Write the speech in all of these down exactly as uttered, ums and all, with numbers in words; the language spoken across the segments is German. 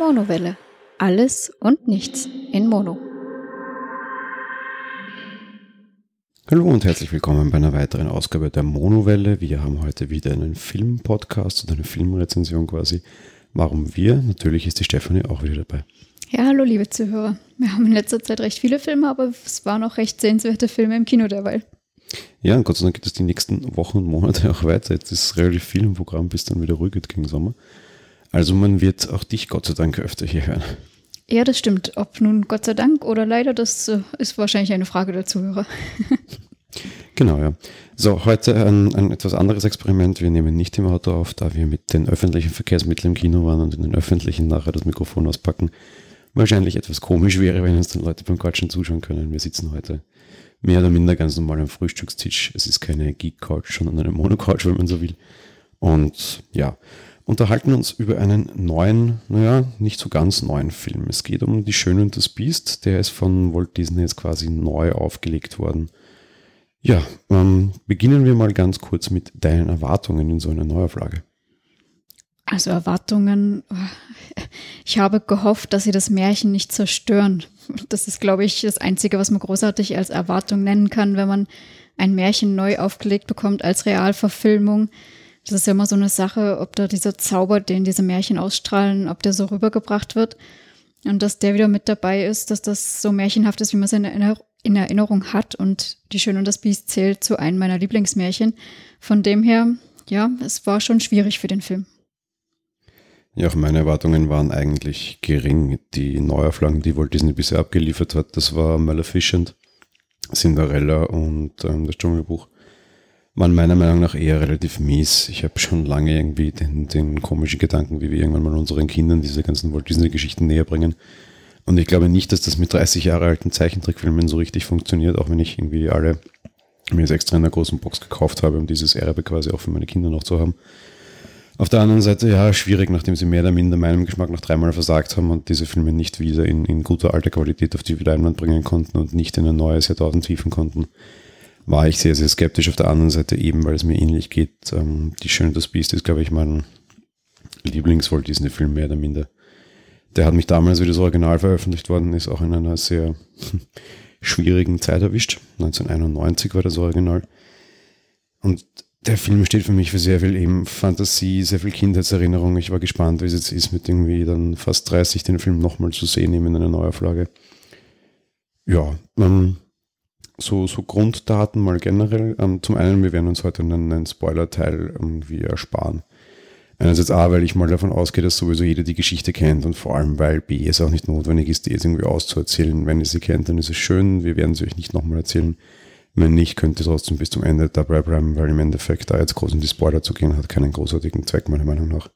Monowelle. Alles und nichts in Mono. Hallo und herzlich willkommen bei einer weiteren Ausgabe der Monowelle. Wir haben heute wieder einen Film-Podcast oder eine Filmrezension quasi. Warum wir? Natürlich ist die Stefanie auch wieder dabei. Ja, hallo liebe Zuhörer. Wir haben in letzter Zeit recht viele Filme, aber es waren auch recht sehenswerte Filme im Kino derweil. Ja, und Gott sei Dank geht es die nächsten Wochen und Monate auch weiter. Jetzt ist relativ viel im Programm, bis dann wieder ruhig wird gegen Sommer. Also man wird auch dich Gott sei Dank öfter hier hören. Ja, das stimmt. Ob nun Gott sei Dank oder leider, das äh, ist wahrscheinlich eine Frage der Zuhörer. Genau, ja. So, heute ein, ein etwas anderes Experiment. Wir nehmen nicht im Auto auf, da wir mit den öffentlichen Verkehrsmitteln im Kino waren und in den öffentlichen nachher das Mikrofon auspacken. Wahrscheinlich etwas komisch wäre, wenn uns dann Leute beim Quatschen zuschauen können. Wir sitzen heute mehr oder minder ganz normal am Frühstückstisch. Es ist keine Geek-Couch, sondern eine Mono-Couch, wenn man so will. Und ja, unterhalten uns über einen neuen, naja, nicht so ganz neuen Film. Es geht um Die Schöne und das Biest. Der ist von Walt Disney jetzt quasi neu aufgelegt worden. Ja, ähm, beginnen wir mal ganz kurz mit deinen Erwartungen in so einer Neuauflage. Also Erwartungen, ich habe gehofft, dass sie das Märchen nicht zerstören. Das ist, glaube ich, das Einzige, was man großartig als Erwartung nennen kann, wenn man ein Märchen neu aufgelegt bekommt als Realverfilmung. Das ist ja immer so eine Sache, ob da dieser Zauber, den diese Märchen ausstrahlen, ob der so rübergebracht wird. Und dass der wieder mit dabei ist, dass das so märchenhaft ist, wie man es in Erinnerung, in Erinnerung hat. Und Die Schöne und das Biest zählt zu einem meiner Lieblingsmärchen. Von dem her, ja, es war schon schwierig für den Film. Ja, auch meine Erwartungen waren eigentlich gering. Die Neuauflagen, die Walt Disney bisher abgeliefert hat, das war Maleficent, Cinderella und ähm, das Dschungelbuch, waren meiner Meinung nach eher relativ mies. Ich habe schon lange irgendwie den, den komischen Gedanken, wie wir irgendwann mal unseren Kindern diese ganzen Walt Disney-Geschichten näher bringen. Und ich glaube nicht, dass das mit dreißig Jahre alten Zeichentrickfilmen so richtig funktioniert, auch wenn ich irgendwie alle mir jetzt extra in einer großen Box gekauft habe, um dieses Erbe quasi auch für meine Kinder noch zu haben. Auf der anderen Seite, ja, schwierig, nachdem sie mehr oder minder meinem Geschmack noch dreimal versagt haben und diese Filme nicht wieder in, in guter alter Qualität auf die Leinwand bringen konnten und nicht in ein neues Jahrtausend hieven konnten, war ich sehr, sehr skeptisch. Auf der anderen Seite eben, weil es mir ähnlich geht. Ähm, Die Schöne und das Biest ist, glaube ich, mein Lieblings-Walt Disney-Film mehr oder minder. Der hat mich damals, wie das Original veröffentlicht worden ist, auch in einer sehr schwierigen Zeit erwischt. neunzehnhunderteinundneunzig war das Original. Und der Film steht für mich für sehr viel eben Fantasie, sehr viel Kindheitserinnerung. Ich war gespannt, wie es jetzt ist, mit irgendwie dann fast dreißig den Film nochmal zu sehen, eben in einer Neuauflage. Ja, ähm, so, so Grunddaten mal generell. Ähm, zum einen, wir werden uns heute einen, einen Spoiler-Teil irgendwie ersparen. Einerseits A, weil ich mal davon ausgehe, dass sowieso jeder die Geschichte kennt und vor allem, weil B, es auch nicht notwendig ist, die jetzt irgendwie auszuerzählen. Wenn ihr sie kennt, dann ist es schön. Wir werden sie euch nicht nochmal erzählen. Wenn nicht, könnt ihr trotzdem bis zum Ende dabei bleiben, weil im Endeffekt da jetzt groß in die Spoiler zu gehen, hat keinen großartigen Zweck, meiner Meinung nach.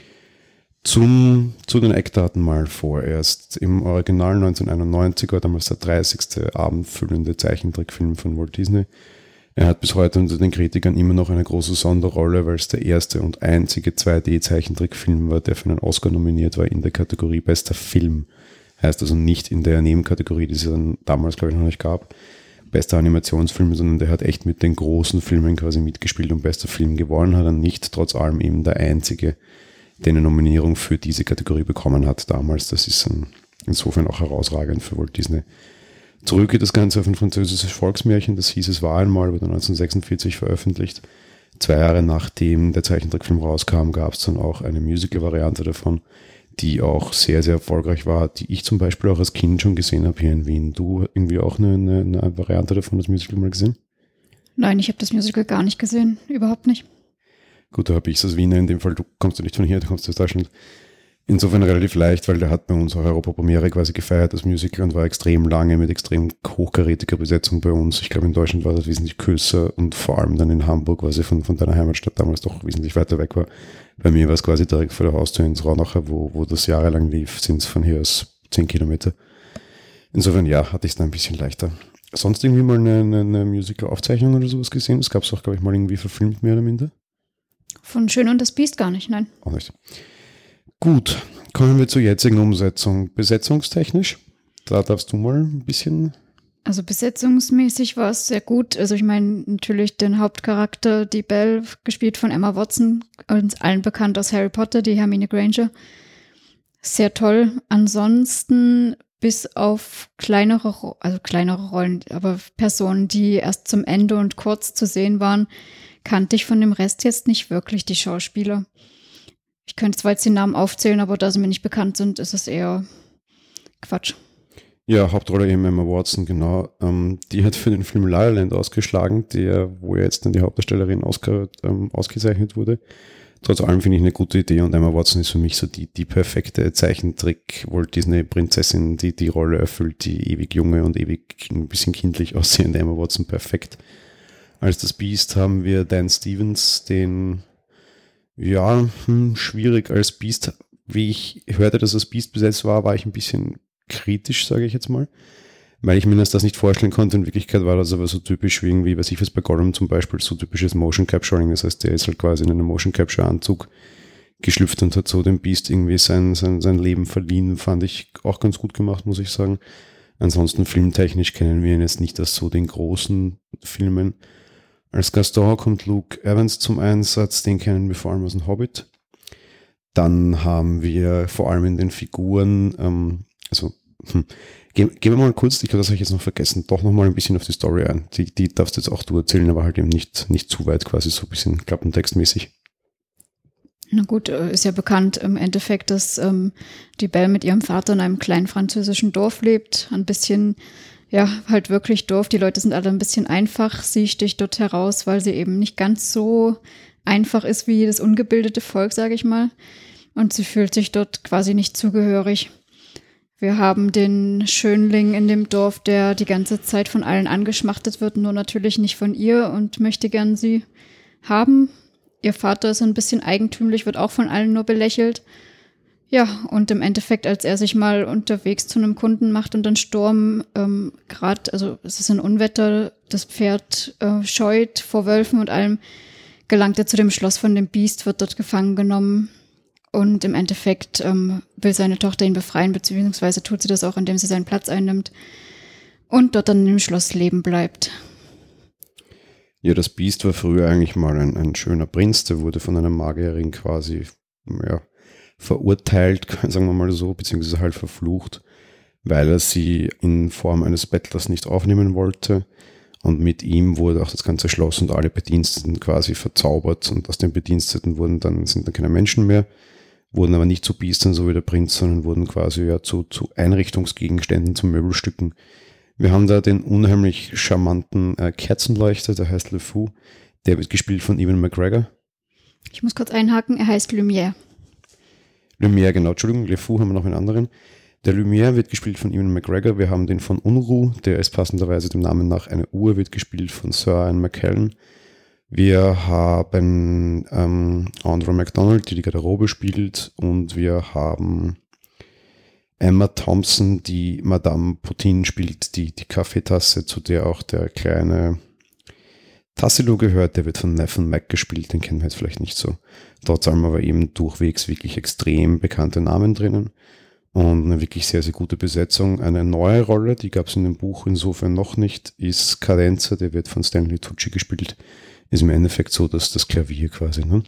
Zum, zu den Eckdaten mal vorerst. Im Original neunzehnhunderteinundneunzig war damals der dreißigste abendfüllende Zeichentrickfilm von Walt Disney. Er hat bis heute unter den Kritikern immer noch eine große Sonderrolle, weil es der erste und einzige zwei D-Zeichentrickfilm war, der für einen Oscar nominiert war in der Kategorie Bester Film. Heißt also nicht in der Nebenkategorie, die es dann damals, glaube ich, noch nicht gab. Bester Animationsfilm, sondern der hat echt mit den großen Filmen quasi mitgespielt und bester Film gewonnen hat er nicht, trotz allem eben der einzige, der eine Nominierung für diese Kategorie bekommen hat damals. Das ist ein, insofern auch herausragend für Walt Disney. Zurück geht das Ganze auf ein französisches Volksmärchen, das hieß Es war einmal, wurde neunzehnhundertsechsundvierzig veröffentlicht. Zwei Jahre nachdem der Zeichentrickfilm rauskam, gab es dann auch eine Musical-Variante davon, die auch sehr, sehr erfolgreich war, die ich zum Beispiel auch als Kind schon gesehen habe hier in Wien. Du irgendwie auch eine, eine, eine Variante davon, das Musical mal gesehen? Nein, ich habe das Musical gar nicht gesehen, überhaupt nicht. Gut, da habe ich es als Wiener, in dem Fall, du kommst ja nicht von hier, du kommst aus Deutschland. Insofern relativ leicht, weil der hat bei uns auch Europapremiere quasi gefeiert, das Musical, und war extrem lange mit extrem hochkarätiger Besetzung bei uns. Ich glaube, in Deutschland war das wesentlich kürzer und vor allem dann in Hamburg, was ja von, von deiner Heimatstadt damals doch wesentlich weiter weg war. Bei mir war es quasi direkt vor der Haustür ins Raunacher, wo, wo das jahrelang lief, sind es von hier aus zehn Kilometer. Insofern, ja, hatte ich es da ein bisschen leichter. Sonst irgendwie mal eine, eine, eine Musical-Aufzeichnung oder sowas gesehen? Das gab es auch, glaube ich, mal irgendwie verfilmt, mehr oder minder. Von Schön und das Biest gar nicht, nein. Auch nicht. Gut, kommen wir zur jetzigen Umsetzung. Besetzungstechnisch, da darfst du mal ein bisschen... Also besetzungsmäßig war es sehr gut. Also ich meine natürlich den Hauptcharakter, die Belle, gespielt von Emma Watson, uns allen bekannt aus Harry Potter, die Hermine Granger. Sehr toll. Ansonsten bis auf kleinere, also kleinere Rollen, aber Personen, die erst zum Ende und kurz zu sehen waren, kannte ich von dem Rest jetzt nicht wirklich die Schauspieler. Ich könnte zwar jetzt die Namen aufzählen, aber da sie mir nicht bekannt sind, ist es eher Quatsch. Ja, Hauptrolle eben Emma Watson, genau. Ähm, die hat für den Film La La Land ausgeschlagen, der, wo ja jetzt dann die Hauptdarstellerin Oscar ähm, ausgezeichnet wurde. Trotz allem finde ich eine gute Idee und Emma Watson ist für mich so die, die perfekte Zeichentrick-Walt Disney-Prinzessin, die die Rolle erfüllt, die ewig junge und ewig ein bisschen kindlich aussehende Emma Watson perfekt. Als das Beast haben wir Dan Stevens, den, ja, hm, schwierig als Beast. Wie ich hörte, dass das Beast besetzt war, war ich ein bisschen kritisch, sage ich jetzt mal. Weil ich mir das nicht vorstellen konnte. In Wirklichkeit war das aber so typisch wie irgendwie, weiß ich was, bei Gollum zum Beispiel, so typisches Motion Capturing. Das heißt, der ist halt quasi in einem Motion Capture Anzug geschlüpft und hat so dem Beast irgendwie sein, sein, sein Leben verliehen. Fand ich auch ganz gut gemacht, muss ich sagen. Ansonsten filmtechnisch kennen wir ihn jetzt nicht aus so den großen Filmen. Als Gaston kommt Luke Evans zum Einsatz, den kennen wir vor allem aus dem Hobbit. Dann haben wir vor allem in den Figuren, ähm, also hm, Gehen wir mal kurz, ich glaube, das habe ich jetzt noch vergessen, doch noch mal ein bisschen auf die Story ein. Die, die darfst du jetzt auch du erzählen, aber halt eben nicht, nicht zu weit, quasi so ein bisschen klappentextmäßig. Na gut, ist ja bekannt im Endeffekt, dass ähm, die Belle mit ihrem Vater in einem kleinen französischen Dorf lebt. Ein bisschen, ja, halt wirklich Dorf. Die Leute sind alle ein bisschen einfach. Sie sticht dort heraus, weil sie eben nicht ganz so einfach ist wie das ungebildete Volk, sage ich mal. Und sie fühlt sich dort quasi nicht zugehörig. Wir haben den Schönling in dem Dorf, der die ganze Zeit von allen angeschmachtet wird, nur natürlich nicht von ihr und möchte gern sie haben. Ihr Vater ist ein bisschen eigentümlich, wird auch von allen nur belächelt. Ja, und im Endeffekt, als er sich mal unterwegs zu einem Kunden macht und dann Sturm, ähm, gerade, also es ist ein Unwetter, das Pferd äh, scheut vor Wölfen und allem, gelangt er zu dem Schloss von dem Biest, wird dort gefangen genommen. Und im Endeffekt ähm, will seine Tochter ihn befreien, beziehungsweise tut sie das auch, indem sie seinen Platz einnimmt und dort dann im Schloss leben bleibt. Ja, das Biest war früher eigentlich mal ein, ein schöner Prinz, der wurde von einer Magierin quasi ja, verurteilt, sagen wir mal so, beziehungsweise halt verflucht, weil er sie in Form eines Bettlers nicht aufnehmen wollte. Und mit ihm wurde auch das ganze Schloss und alle Bediensteten quasi verzaubert und aus den Bediensteten wurden dann, sind dann keine Menschen mehr, wurden aber nicht zu Biestern, so wie der Prinz, sondern wurden quasi ja zu, zu Einrichtungsgegenständen, zu Möbelstücken. Wir haben da den unheimlich charmanten äh, Kerzenleuchter, der heißt Le Fou, der wird gespielt von Ewan McGregor. Ich muss kurz einhaken, er heißt Lumière. Lumière, genau, Entschuldigung, Le Fou haben wir noch einen anderen. Der Lumière wird gespielt von Ewan McGregor, wir haben den von Unruh, der ist passenderweise dem Namen nach eine Uhr, wird gespielt von Sir Ian McKellen. Wir haben ähm, Andra MacDonald, die die Garderobe spielt, und wir haben Emma Thompson, die Madame Potin spielt, die die Kaffeetasse, zu der auch der kleine Tassilo gehört, der wird von Nathan Mack gespielt, den kennen wir jetzt vielleicht nicht so. Trotz allem aber eben durchwegs wirklich extrem bekannte Namen drinnen und eine wirklich sehr, sehr gute Besetzung. Eine neue Rolle, die gab es in dem Buch insofern noch nicht, ist Cadenza, der wird von Stanley Tucci gespielt. Ist im Endeffekt so, dass das Klavier quasi, ne?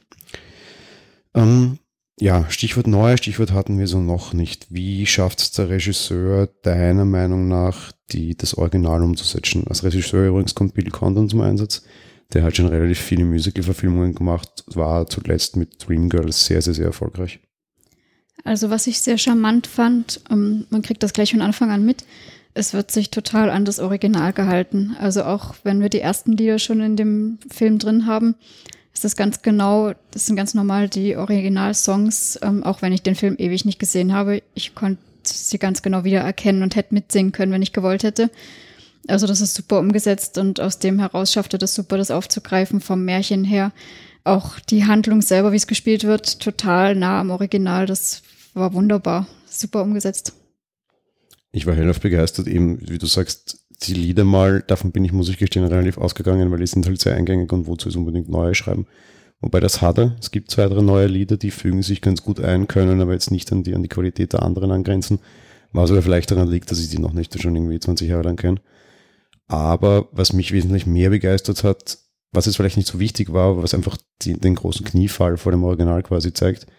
Ähm, ja, Stichwort neu, Stichwort hatten wir so noch nicht. Wie schafft es der Regisseur deiner Meinung nach, die, das Original umzusetzen? Als Regisseur übrigens kommt Bill Condon zum Einsatz. Der hat schon relativ viele Musical-Verfilmungen gemacht, war zuletzt mit Dreamgirls sehr, sehr, sehr erfolgreich. Also was ich sehr charmant fand, um, man kriegt das gleich von Anfang an mit, es wird sich total an das Original gehalten. Also auch wenn wir die ersten Lieder schon in dem Film drin haben, ist das ganz genau, das sind ganz normal die Originalsongs, ähm, auch wenn ich den Film ewig nicht gesehen habe. Ich konnte sie ganz genau wiedererkennen und hätte mitsingen können, wenn ich gewollt hätte. Also das ist super umgesetzt und aus dem heraus schafft er das super, das aufzugreifen vom Märchen her. Auch die Handlung selber, wie es gespielt wird, total nah am Original. Das war wunderbar, super umgesetzt. Ich war hellauf begeistert, eben, wie du sagst, die Lieder mal, davon bin ich, muss ich gestehen, relativ ausgegangen, weil die sind halt sehr eingängig und wozu ist unbedingt neue schreiben. Wobei das hat er. Es gibt zwei, drei neue Lieder, die fügen sich ganz gut ein, können aber jetzt nicht an die, an die Qualität der anderen angrenzen. Was aber vielleicht daran liegt, dass ich die noch nicht schon irgendwie zwanzig Jahre lang kenne. Aber was mich wesentlich mehr begeistert hat, was jetzt vielleicht nicht so wichtig war, aber was einfach die, den großen Kniefall vor dem Original quasi zeigt,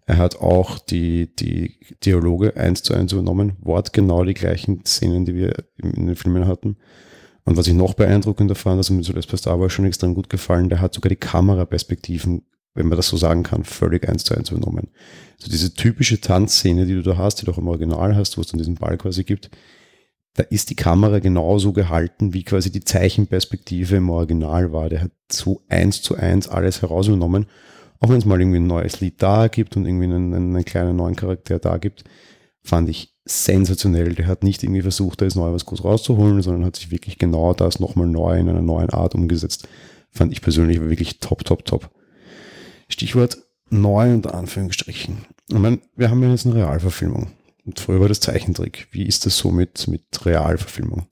Er hat auch die, die Dialoge eins zu eins übernommen, wortgenau die gleichen Szenen, die wir in den Filmen hatten. Und was ich noch beeindruckender fand, also mir zuletzt bei Star Wars schon extrem gut gefallen, der hat sogar die Kameraperspektiven, wenn man das so sagen kann, völlig eins zu eins übernommen. So diese typische Tanzszene, die du da hast, die du auch im Original hast, wo es dann diesen Ball quasi gibt, da ist die Kamera genauso gehalten, wie quasi die Zeichenperspektive im Original war. Der hat so eins zu eins alles heraus übernommen. Auch wenn es mal irgendwie ein neues Lied da gibt und irgendwie einen, einen kleinen neuen Charakter da gibt, fand ich sensationell. Der hat nicht irgendwie versucht, da jetzt neu was groß rauszuholen, sondern hat sich wirklich genau das nochmal neu in einer neuen Art umgesetzt. Fand ich persönlich wirklich top, top, top. Stichwort neu unter Anführungsstrichen. Ich meine, wir haben ja jetzt eine Realverfilmung. Und früher war das Zeichentrick. Wie ist das so mit, mit Realverfilmung?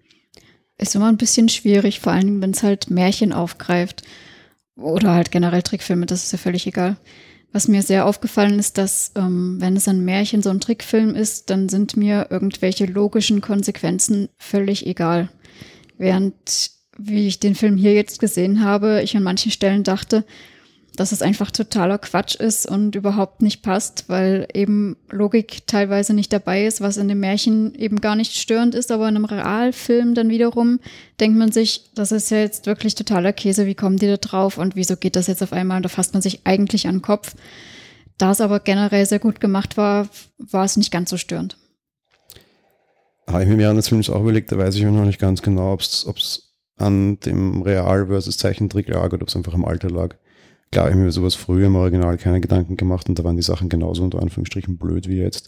Ist immer ein bisschen schwierig, vor allem wenn es halt Märchen aufgreift oder halt generell Trickfilme, das ist ja völlig egal. Was mir sehr aufgefallen ist, dass ähm, wenn es ein Märchen so ein Trickfilm ist, dann sind mir irgendwelche logischen Konsequenzen völlig egal. Während, wie ich den Film hier jetzt gesehen habe, ich an manchen Stellen dachte, dass es einfach totaler Quatsch ist und überhaupt nicht passt, weil eben Logik teilweise nicht dabei ist, was in dem Märchen eben gar nicht störend ist, aber in einem Realfilm dann wiederum denkt man sich, das ist ja jetzt wirklich totaler Käse, wie kommen die da drauf und wieso geht das jetzt auf einmal? Und da fasst man sich eigentlich an den Kopf. Da es aber generell sehr gut gemacht war, war es nicht ganz so störend. Habe ich mir während des Films auch überlegt, da weiß ich noch nicht ganz genau, ob es an dem Real versus Zeichentrick lag oder ob es einfach im Alter lag. Klar, ich habe mir sowas früher im Original keine Gedanken gemacht und da waren die Sachen genauso unter Anführungsstrichen blöd wie jetzt.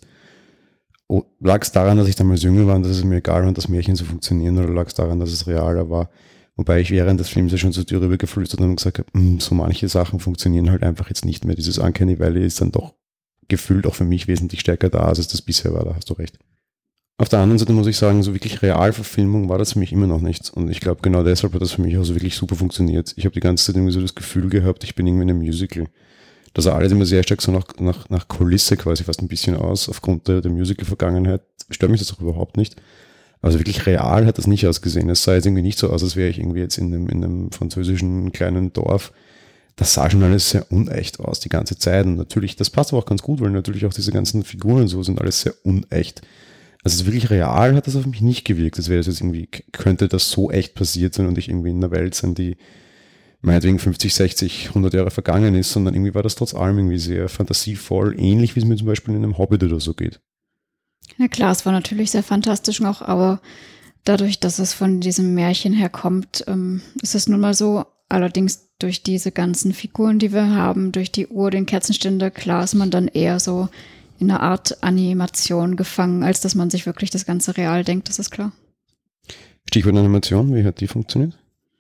Oh, lag es daran, dass ich damals jünger war und dass es mir egal war, dass Märchen so funktionieren, oder lag es daran, dass es realer war? Wobei ich während des Films ja schon zur Tür rüber geflüstert und gesagt habe, so manche Sachen funktionieren halt einfach jetzt nicht mehr. Dieses Uncanny Valley ist dann doch gefühlt auch für mich wesentlich stärker da, als es das bisher war, da hast du recht. Auf der anderen Seite muss ich sagen, so wirklich Realverfilmung war das für mich immer noch nichts. Und ich glaube, genau deshalb hat das für mich auch so wirklich super funktioniert. Ich habe die ganze Zeit irgendwie so das Gefühl gehabt, ich bin irgendwie in einem Musical. Das sah alles immer sehr stark so nach, nach, nach Kulisse quasi fast ein bisschen aus, aufgrund der, der Musical-Vergangenheit. Stört mich das auch überhaupt nicht. Also wirklich real hat das nicht ausgesehen. Es sah jetzt irgendwie nicht so aus, als wäre ich irgendwie jetzt in einem, in einem französischen kleinen Dorf. Das sah schon alles sehr unecht aus, die ganze Zeit. Und natürlich, das passt aber auch ganz gut, weil natürlich auch diese ganzen Figuren so sind alles sehr unecht. Also wirklich real hat das auf mich nicht gewirkt. Das wäre jetzt irgendwie, könnte das so echt passiert sein und ich irgendwie in einer Welt sein, die meinetwegen fünfzig, sechzig, hundert Jahre vergangen ist, sondern irgendwie war das trotz allem irgendwie sehr fantasievoll, ähnlich wie es mir zum Beispiel in einem Hobbit oder so geht. Ja klar, es war natürlich sehr fantastisch noch, aber dadurch, dass es von diesem Märchen herkommt, ähm, ist es nun mal so. Allerdings durch diese ganzen Figuren, die wir haben, durch die Uhr, den Kerzenständer, klar ist man dann eher so in einer Art Animation gefangen, als dass man sich wirklich das Ganze real denkt, das ist klar. Stichwort Animation, wie hat die funktioniert?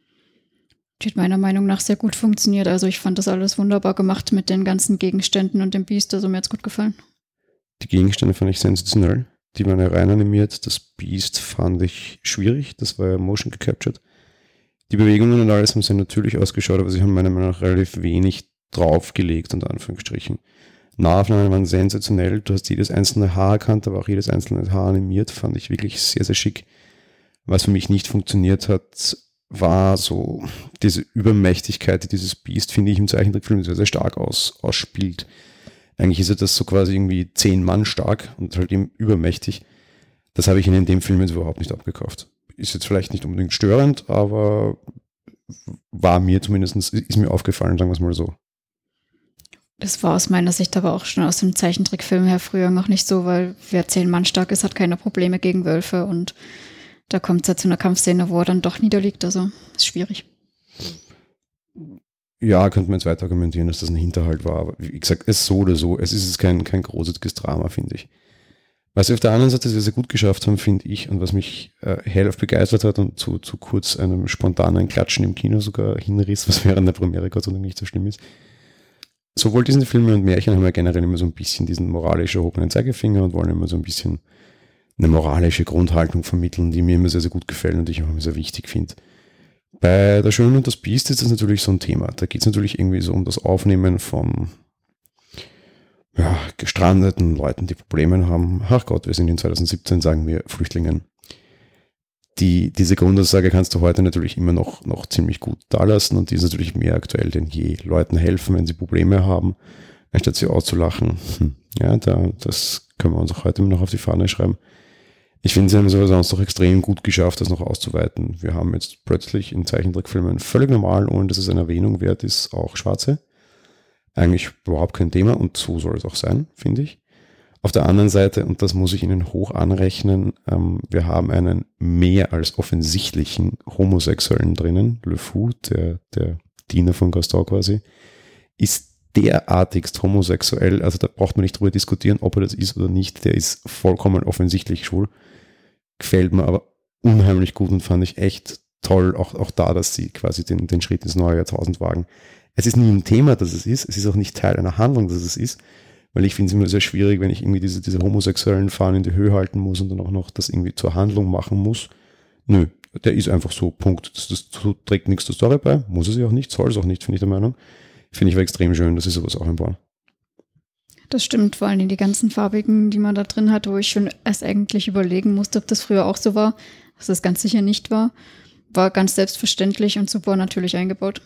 Die hat meiner Meinung nach sehr gut funktioniert. Also ich fand das alles wunderbar gemacht mit den ganzen Gegenständen und dem Biest, also mir hat es gut gefallen. Die Gegenstände fand ich sensationell. Die waren ja rein animiert. Das Biest fand ich schwierig. Das war ja motion gecaptured. Die Bewegungen und alles haben sehr natürlich ausgeschaut, aber sie haben meiner Meinung nach relativ wenig draufgelegt, unter Anführungsstrichen. Nahaufnahmen waren sensationell. Du hast jedes einzelne Haar erkannt, aber auch jedes einzelne Haar animiert. Fand ich wirklich sehr, sehr schick. Was für mich nicht funktioniert hat, war so diese Übermächtigkeit, die dieses Biest, finde ich, im Zeichentrickfilm sehr, sehr stark aus, ausspielt. Eigentlich ist er das so quasi irgendwie zehn Mann stark und halt eben übermächtig. Das habe ich in dem Film jetzt überhaupt nicht abgekauft. Ist jetzt vielleicht nicht unbedingt störend, aber war mir zumindest, ist mir aufgefallen, sagen wir es mal so. Das war aus meiner Sicht aber auch schon aus dem Zeichentrickfilm her früher noch nicht so, weil wer zehn Mann stark ist, hat keine Probleme gegen Wölfe und da kommt es ja zu einer Kampfszene, wo er dann doch niederliegt, also ist schwierig. Ja, könnte man jetzt weiter argumentieren, dass das ein Hinterhalt war, aber wie gesagt, es ist so oder so, es ist jetzt kein, kein großartiges Drama, finde ich. Was wir auf der anderen Seite sehr, sehr gut geschafft haben, finde ich, und was mich äh, hellauf begeistert hat und zu, zu kurz einem spontanen Klatschen im Kino sogar hinriss, was während der Premiere Gott sei Dank nicht so schlimm ist. Sowohl diese Filme und Märchen haben ja generell immer so ein bisschen diesen moralisch erhobenen Zeigefinger und wollen immer so ein bisschen eine moralische Grundhaltung vermitteln, die mir immer sehr, sehr gut gefällt und ich auch immer sehr wichtig finde. Bei Der Schöne und das Biest ist das natürlich so ein Thema. Da geht es natürlich irgendwie so um das Aufnehmen von ja, gestrandeten Leuten, die Probleme haben. Ach Gott, wir sind in zwanzig siebzehn, sagen wir, Flüchtlingen. Die, diese Grundaussage kannst du heute natürlich immer noch, noch ziemlich gut dalassen und die ist natürlich mehr aktuell denn je. Leuten helfen, wenn sie Probleme haben, anstatt sie auszulachen. Hm. Ja, da, das können wir uns auch heute noch auf die Fahne schreiben. Ich finde, sie haben es aber sonst noch extrem gut geschafft, das noch auszuweiten. Wir haben jetzt plötzlich in Zeichentrickfilmen völlig normal, ohne dass es eine Erwähnung wert ist, auch Schwarze. Eigentlich überhaupt kein Thema und so soll es auch sein, finde ich. Auf der anderen Seite, und das muss ich Ihnen hoch anrechnen, ähm, wir haben einen mehr als offensichtlichen Homosexuellen drinnen. Le Fou, der, der Diener von Gaston quasi, ist derartigst homosexuell, also da braucht man nicht drüber diskutieren, ob er das ist oder nicht. Der ist vollkommen offensichtlich schwul. Gefällt mir aber unheimlich gut und fand ich echt toll, auch, auch da, dass sie quasi den, den Schritt ins neue Jahrtausend wagen. Es ist nie ein Thema, dass es ist, es ist auch nicht Teil einer Handlung, dass es ist, weil ich finde es immer sehr schwierig, wenn ich irgendwie diese, diese homosexuellen Fahnen in die Höhe halten muss und dann auch noch das irgendwie zur Handlung machen muss. Nö, der ist einfach so, Punkt. Das, das trägt nichts zur Story bei, muss es ja auch nicht, soll es auch nicht, finde ich der Meinung. Finde ich aber extrem schön, dass sie sowas auch einbauen. Das stimmt, vor allem die ganzen farbigen, die man da drin hat, wo ich schon erst eigentlich überlegen musste, ob das früher auch so war, was das ganz sicher nicht war, war ganz selbstverständlich und super natürlich eingebaut.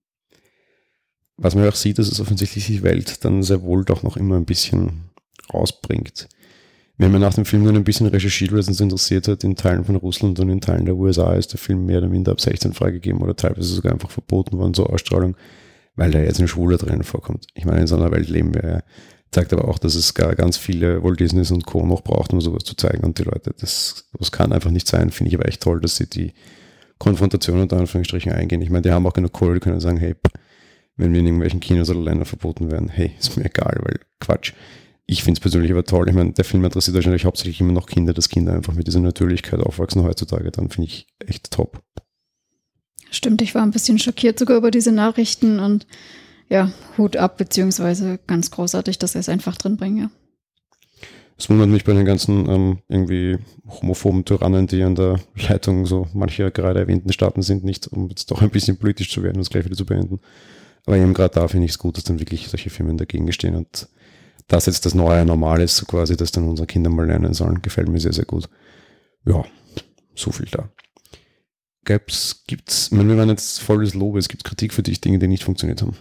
Was man auch sieht, dass es offensichtlich die Welt dann sehr wohl doch noch immer ein bisschen rausbringt. Wir haben ja nach dem Film dann ein bisschen recherchiert, was uns interessiert hat. In Teilen von Russland und in Teilen der U S A ist der Film mehr oder minder ab sechzehn freigegeben oder teilweise sogar einfach verboten worden zur Ausstrahlung, weil da jetzt ein Schwuler drin vorkommt. Ich meine, in so einer Welt leben wir ja. Zeigt aber auch, dass es gar ganz viele Walt Disneys und Co. noch braucht, um sowas zu zeigen. Und die Leute, das, das kann einfach nicht sein. Finde ich aber echt toll, dass sie die Konfrontation unter Anführungsstrichen eingehen. Ich meine, die haben auch genug Kohle, die können sagen, hey, wenn wir in irgendwelchen Kinos oder Ländern verboten werden, hey, ist mir egal, weil Quatsch. Ich finde es persönlich aber toll. Ich meine, der Film interessiert wahrscheinlich hauptsächlich immer noch Kinder, dass Kinder einfach mit dieser Natürlichkeit aufwachsen heutzutage. Dann finde ich echt top. Stimmt, ich war ein bisschen schockiert sogar über diese Nachrichten und ja, Hut ab, beziehungsweise ganz großartig, dass sie es einfach drin bringen, ja. Es wundert mich bei den ganzen ähm, irgendwie homophoben Tyrannen, die an der Leitung so mancher gerade erwähnten Staaten sind, nicht, um jetzt doch ein bisschen politisch zu werden und es gleich wieder zu beenden. Aber eben gerade da finde ich es gut, dass dann wirklich solche Firmen dagegen stehen und das jetzt das neue Normal ist, so quasi, dass dann unsere Kinder mal lernen sollen, gefällt mir sehr, sehr gut. Ja, so viel da. Gibt's, gibt's, ich meine, wir waren jetzt voll des Lobes, gibt es Kritik für dich, Dinge, die nicht funktioniert haben?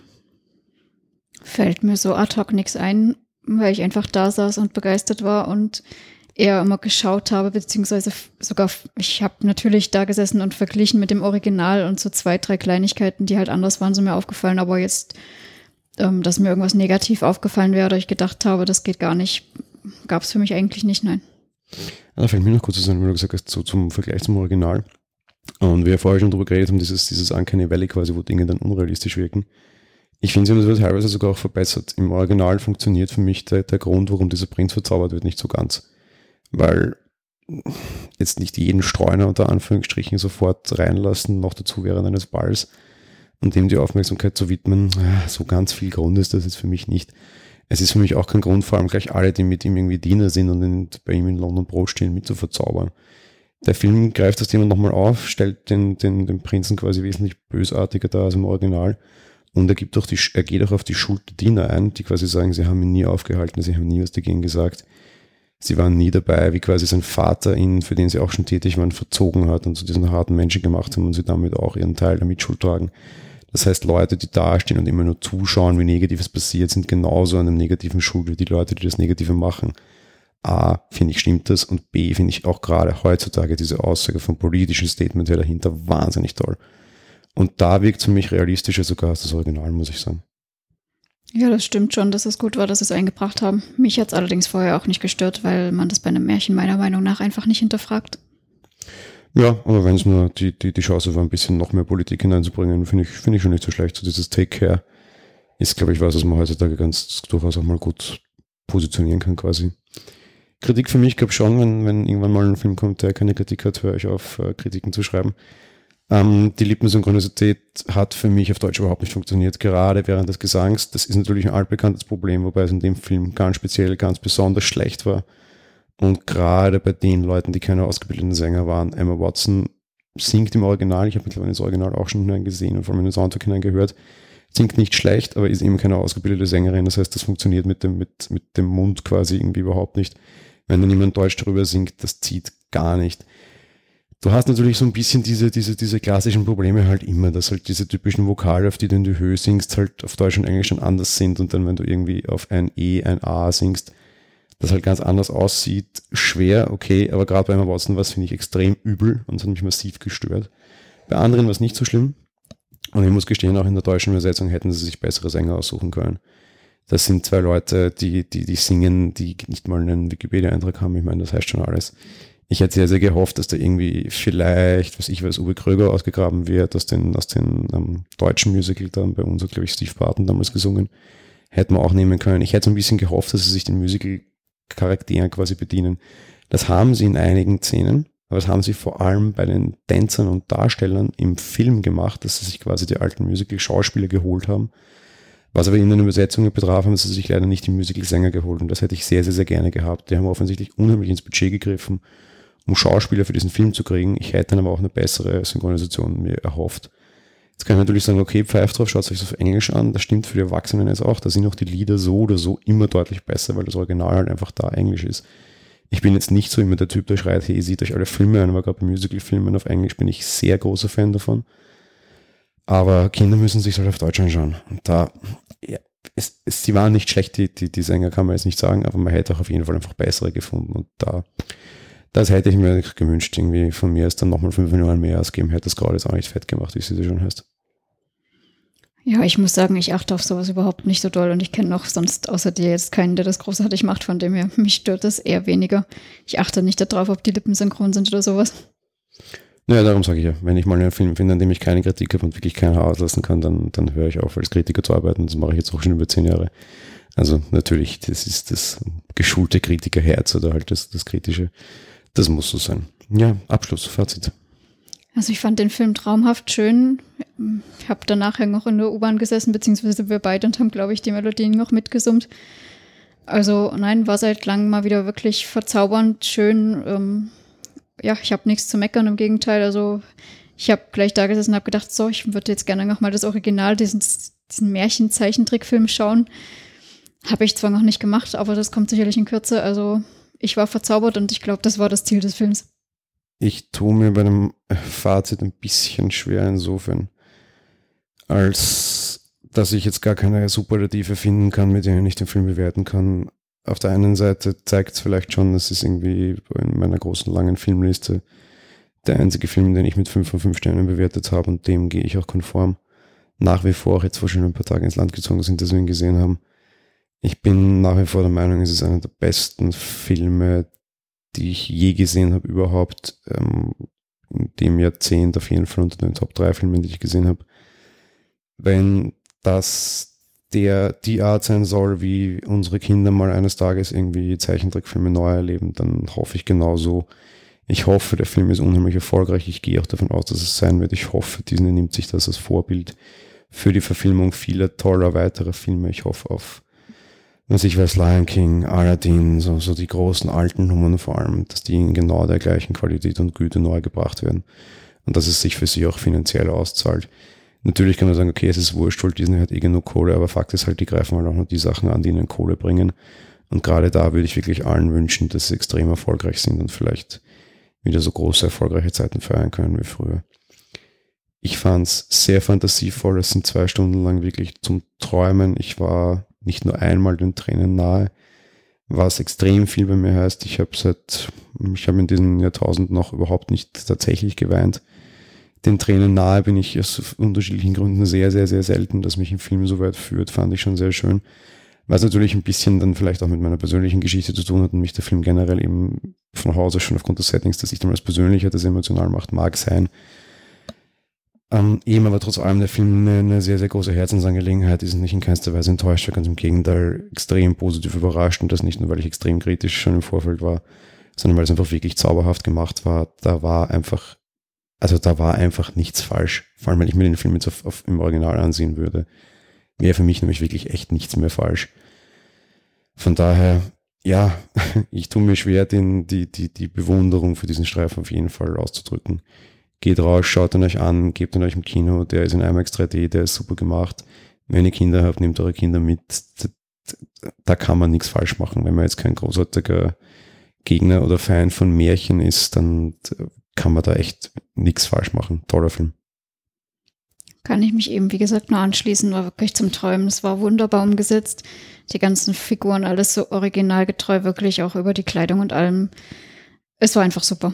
Fällt mir so ad hoc nichts ein, weil ich einfach da saß und begeistert war und eher immer geschaut habe, beziehungsweise sogar, ich habe natürlich da gesessen und verglichen mit dem Original und so zwei, drei Kleinigkeiten, die halt anders waren, sind mir aufgefallen, aber jetzt, ähm, dass mir irgendwas negativ aufgefallen wäre oder ich gedacht habe, das geht gar nicht, gab es für mich eigentlich nicht, nein. Da fällt mir noch kurz zu sagen, wie du gesagt hast, so zum Vergleich zum Original. Und wir vorher schon drüber geredet haben, dieses, dieses Uncanny Valley quasi, wo Dinge dann unrealistisch wirken. Ich finde, sie wird teilweise sogar auch verbessert. Im Original funktioniert für mich der, der Grund, warum dieser Prinz verzaubert wird, nicht so ganz. Weil jetzt nicht jeden Streuner unter Anführungsstrichen sofort reinlassen, noch dazu während eines Balls und dem die Aufmerksamkeit zu widmen. So ganz viel Grund ist das jetzt für mich nicht. Es ist für mich auch kein Grund, vor allem gleich alle, die mit ihm irgendwie Diener sind und in, bei ihm in London Brot stehen, mit zu verzaubern. Der Film greift das Thema nochmal auf, stellt den, den, den Prinzen quasi wesentlich bösartiger dar als im Original. Und er gibt auch die, er geht auch auf die Schuld der Diener ein, die quasi sagen, sie haben ihn nie aufgehalten, sie haben nie was dagegen gesagt. Sie waren nie dabei, wie quasi sein Vater ihn, für den sie auch schon tätig waren, verzogen hat und zu diesen harten Menschen gemacht haben und sie damit auch ihren Teil der Mitschuld tragen. Das heißt, Leute, die dastehen und immer nur zuschauen, wie Negatives passiert, sind genauso an dem Negativen schuld wie die Leute, die das Negative machen. A, finde ich, stimmt das, und B, finde ich auch gerade heutzutage diese Aussage vom politischen Statement her dahinter wahnsinnig toll. Und da wirkt es für mich realistischer sogar als das Original, muss ich sagen. Ja, das stimmt schon, dass es gut war, dass sie es eingebracht haben. Mich hat es allerdings vorher auch nicht gestört, weil man das bei einem Märchen meiner Meinung nach einfach nicht hinterfragt. Ja, aber wenn es nur die, die, die Chance war, ein bisschen noch mehr Politik hineinzubringen, finde ich, finde ich schon nicht so schlecht. So dieses Take-Care ist, glaube ich, was, was man heutzutage ganz durchaus auch mal gut positionieren kann quasi. Kritik für mich gab schon, wenn, wenn irgendwann mal ein Film kommt, der keine Kritik hat, höre ich auf, äh, Kritiken zu schreiben. Ähm, die Lippensynchronisität hat für mich auf Deutsch überhaupt nicht funktioniert, gerade während des Gesangs. Das ist natürlich ein altbekanntes Problem, wobei es in dem Film ganz speziell, ganz besonders schlecht war. Und gerade bei den Leuten, die keine ausgebildeten Sänger waren, Emma Watson singt im Original, ich habe mittlerweile das Original auch schon hineingesehen und vor allem in den Soundtrack hineingehört, singt nicht schlecht, aber ist eben keine ausgebildete Sängerin. Das heißt, das funktioniert mit dem, mit, mit dem Mund quasi irgendwie überhaupt nicht. Wenn dann jemand Deutsch darüber singt, das zieht gar nicht. Du hast natürlich so ein bisschen diese, diese, diese klassischen Probleme halt immer, dass halt diese typischen Vokale, auf die du in die Höhe singst, halt auf Deutsch und Englisch schon anders sind und dann, wenn du irgendwie auf ein E, ein A singst, das halt ganz anders aussieht. Schwer, okay, aber gerade bei Emma Watson war es, finde ich, extrem übel und es hat mich massiv gestört. Bei anderen war es nicht so schlimm. Und ich muss gestehen, auch in der deutschen Übersetzung hätten sie sich bessere Sänger aussuchen können. Das sind zwei Leute, die, die, die singen, die nicht mal einen Wikipedia-Eintrag haben. Ich meine, das heißt schon alles. Ich hätte sehr, sehr gehofft, dass da irgendwie vielleicht, was ich weiß, Uwe Kröger ausgegraben wird, aus den, aus den ähm, deutschen Musical dann bei uns hat, glaube ich, Steve Barton damals gesungen. Hätten wir auch nehmen können. Ich hätte so ein bisschen gehofft, dass sie sich den Musical-Charakteren quasi bedienen. Das haben sie in einigen Szenen, aber das haben sie vor allem bei den Tänzern und Darstellern im Film gemacht, dass sie sich quasi die alten Musical-Schauspieler geholt haben. Was aber in den Übersetzungen betraf, haben sie sich leider nicht die Musical-Sänger geholt und das hätte ich sehr, sehr, sehr gerne gehabt. Die haben offensichtlich unheimlich ins Budget gegriffen, um Schauspieler für diesen Film zu kriegen. Ich hätte dann aber auch eine bessere Synchronisation mir erhofft. Jetzt kann ich natürlich sagen, okay, pfeift drauf, schaut euch das auf Englisch an. Das stimmt für die Erwachsenen jetzt auch. Da sind auch die Lieder so oder so immer deutlich besser, weil das Original halt einfach da Englisch ist. Ich bin jetzt nicht so immer der Typ, der schreit, hey, seht euch alle Filme an, aber gerade bei Musical-Filmen auf Englisch bin ich sehr großer Fan davon. Aber Kinder müssen sich halt auf Deutsch anschauen. Und da, ja, es, es, sie waren nicht schlecht, die, die, die Sänger kann man jetzt nicht sagen, aber man hätte auch auf jeden Fall einfach bessere gefunden. Und da, das hätte ich mir gewünscht, irgendwie von mir ist dann nochmal fünf Millionen mehr ausgeben, hätte das gerade jetzt auch nicht fett gemacht, wie sie das schon heißt. Ja, ich muss sagen, ich achte auf sowas überhaupt nicht so doll und ich kenne auch sonst außer dir jetzt keinen, der das großartig macht, von dem her, mich stört das eher weniger. Ich achte nicht darauf, ob die Lippen synchron sind oder sowas. Naja, darum sage ich ja, wenn ich mal einen Film finde, an dem ich keine Kritik habe und wirklich kein Haar auslassen kann, dann, dann höre ich auf, als Kritiker zu arbeiten. Das mache ich jetzt auch schon über zehn Jahre. Also natürlich, das ist das geschulte Kritikerherz oder halt das, das Kritische. Das muss so sein. Ja, Abschluss, Fazit. Also ich fand den Film traumhaft schön. Ich habe danach ja noch in der U-Bahn gesessen, beziehungsweise wir beide und haben, glaube ich, die Melodien noch mitgesummt. Also nein, war seit langem mal wieder wirklich verzaubernd, schön. Ähm, ja, ich habe nichts zu meckern, im Gegenteil. Also ich habe gleich da gesessen und habe gedacht, so, ich würde jetzt gerne noch mal das Original, diesen, diesen Märchen-Zeichentrickfilm schauen. Habe ich zwar noch nicht gemacht, aber das kommt sicherlich in Kürze. Also ich war verzaubert und ich glaube, das war das Ziel des Films. Ich tue mir bei dem Fazit ein bisschen schwer insofern, als dass ich jetzt gar keine Superlative finden kann, mit denen ich den Film bewerten kann. Auf der einen Seite zeigt es vielleicht schon, dass es irgendwie in meiner großen, langen Filmliste der einzige Film, den ich mit fünf von fünf Sternen bewertet habe und dem gehe ich auch konform. Nach wie vor, auch jetzt, wo schon ein paar Tage ins Land gezogen sind, dass wir ihn gesehen haben. Ich bin nach wie vor der Meinung, es ist einer der besten Filme, die ich je gesehen habe überhaupt, ähm, in dem Jahrzehnt auf jeden Fall unter den Top drei Filmen, die ich gesehen habe. Wenn das der die Art sein soll, wie unsere Kinder mal eines Tages irgendwie Zeichentrickfilme neu erleben, dann hoffe ich genauso. Ich hoffe, der Film ist unheimlich erfolgreich. Ich gehe auch davon aus, dass es sein wird. Ich hoffe, Disney nimmt sich das als Vorbild für die Verfilmung vieler toller weiterer Filme. Ich hoffe auf, was ich weiß, Lion King, Aladdin, so, so die großen alten Nummern vor allem, dass die in genau der gleichen Qualität und Güte neu gebracht werden und dass es sich für sie auch finanziell auszahlt. Natürlich kann man sagen, okay, es ist wurscht, weil Disney hat eh genug Kohle, aber Fakt ist halt, die greifen halt auch noch die Sachen an, die ihnen Kohle bringen. Und gerade da würde ich wirklich allen wünschen, dass sie extrem erfolgreich sind und vielleicht wieder so große, erfolgreiche Zeiten feiern können wie früher. Ich fand es sehr fantasievoll, es sind zwei Stunden lang wirklich zum Träumen. Ich war nicht nur einmal den Tränen nahe, was extrem viel bei mir heißt. Ich habe seit, ich habe in diesem Jahrtausend noch überhaupt nicht tatsächlich geweint. Den Tränen nahe bin ich aus unterschiedlichen Gründen sehr, sehr, sehr selten, dass mich ein Film so weit führt, fand ich schon sehr schön. Was natürlich ein bisschen dann vielleicht auch mit meiner persönlichen Geschichte zu tun hat und mich der Film generell eben von Hause schon aufgrund des Settings, dass ich dann als persönlicher das emotional macht, mag sein. Ähm, eben aber trotz allem der Film eine, eine sehr, sehr große Herzensangelegenheit ist, nicht in keinster Weise enttäuscht, ganz im Gegenteil extrem positiv überrascht und das nicht nur, weil ich extrem kritisch schon im Vorfeld war, sondern weil es einfach wirklich zauberhaft gemacht war. Da war einfach Also da war einfach nichts falsch. Vor allem, wenn ich mir den Film jetzt auf, auf, im Original ansehen würde, wäre für mich nämlich wirklich echt nichts mehr falsch. Von daher, ja, ich tue mir schwer, den, die, die, die Bewunderung für diesen Streifen auf jeden Fall auszudrücken. Geht raus, schaut ihn euch an, gebt ihn euch im Kino, der ist in IMAX drei D, der ist super gemacht. Wenn ihr Kinder habt, nehmt eure Kinder mit. Da kann man nichts falsch machen. Wenn man jetzt kein großartiger Gegner oder Fan von Märchen ist, dann kann man da echt nichts falsch machen. Toller Film. Kann ich mich eben, wie gesagt, nur anschließen. War wirklich zum Träumen. Es war wunderbar umgesetzt. Die ganzen Figuren, alles so originalgetreu, wirklich auch über die Kleidung und allem. Es war einfach super.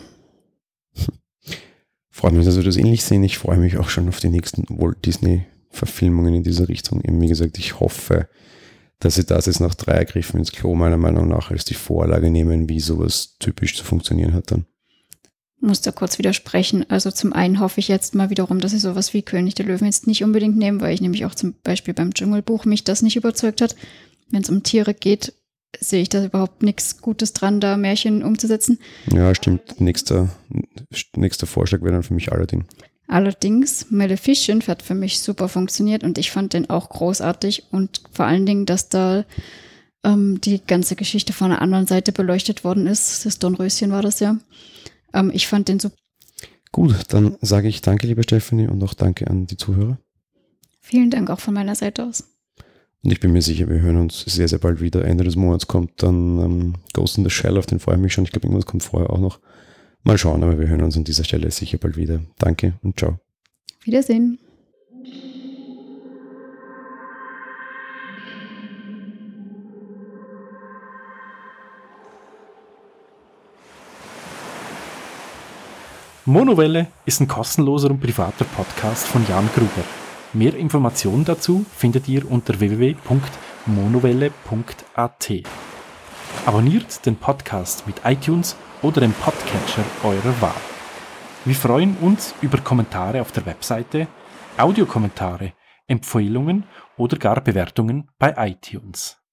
Freut mich, dass wir das ähnlich sehen. Ich freue mich auch schon auf die nächsten Walt Disney-Verfilmungen in dieser Richtung. Eben, wie gesagt, ich hoffe, dass sie das jetzt nach drei Griffen ins Klo meiner Meinung nach als die Vorlage nehmen, wie sowas typisch zu funktionieren hat dann. Ich muss da kurz widersprechen. Also zum einen hoffe ich jetzt mal wiederum, dass sie sowas wie König der Löwen jetzt nicht unbedingt nehmen, weil ich nämlich auch zum Beispiel beim Dschungelbuch mich das nicht überzeugt hat. Wenn es um Tiere geht, sehe ich da überhaupt nichts Gutes dran, da Märchen umzusetzen. Ja, stimmt. Nächster, nächster Vorschlag wäre dann für mich Aladdin. Allerdings, Maleficent hat für mich super funktioniert und ich fand den auch großartig und vor allen Dingen, dass da ähm, die ganze Geschichte von einer anderen Seite beleuchtet worden ist. Das Dornröschen war das ja. Ähm, ich fand den super. Gut, dann sage ich danke, liebe Stephanie, und auch danke an die Zuhörer. Vielen Dank auch von meiner Seite aus. Und ich bin mir sicher, wir hören uns sehr, sehr bald wieder. Ende des Monats kommt dann ähm, Ghost in the Shell, auf den freue ich mich schon. Ich glaube, irgendwas kommt vorher auch noch. Mal schauen, aber wir hören uns an dieser Stelle sicher bald wieder. Danke und ciao. Wiedersehen. Monowelle ist ein kostenloser und privater Podcast von Jan Gruber. Mehr Informationen dazu findet ihr unter w w w punkt monowelle punkt a t. Abonniert den Podcast mit iTunes oder dem Podcatcher eurer Wahl. Wir freuen uns über Kommentare auf der Webseite, Audiokommentare, Empfehlungen oder gar Bewertungen bei iTunes.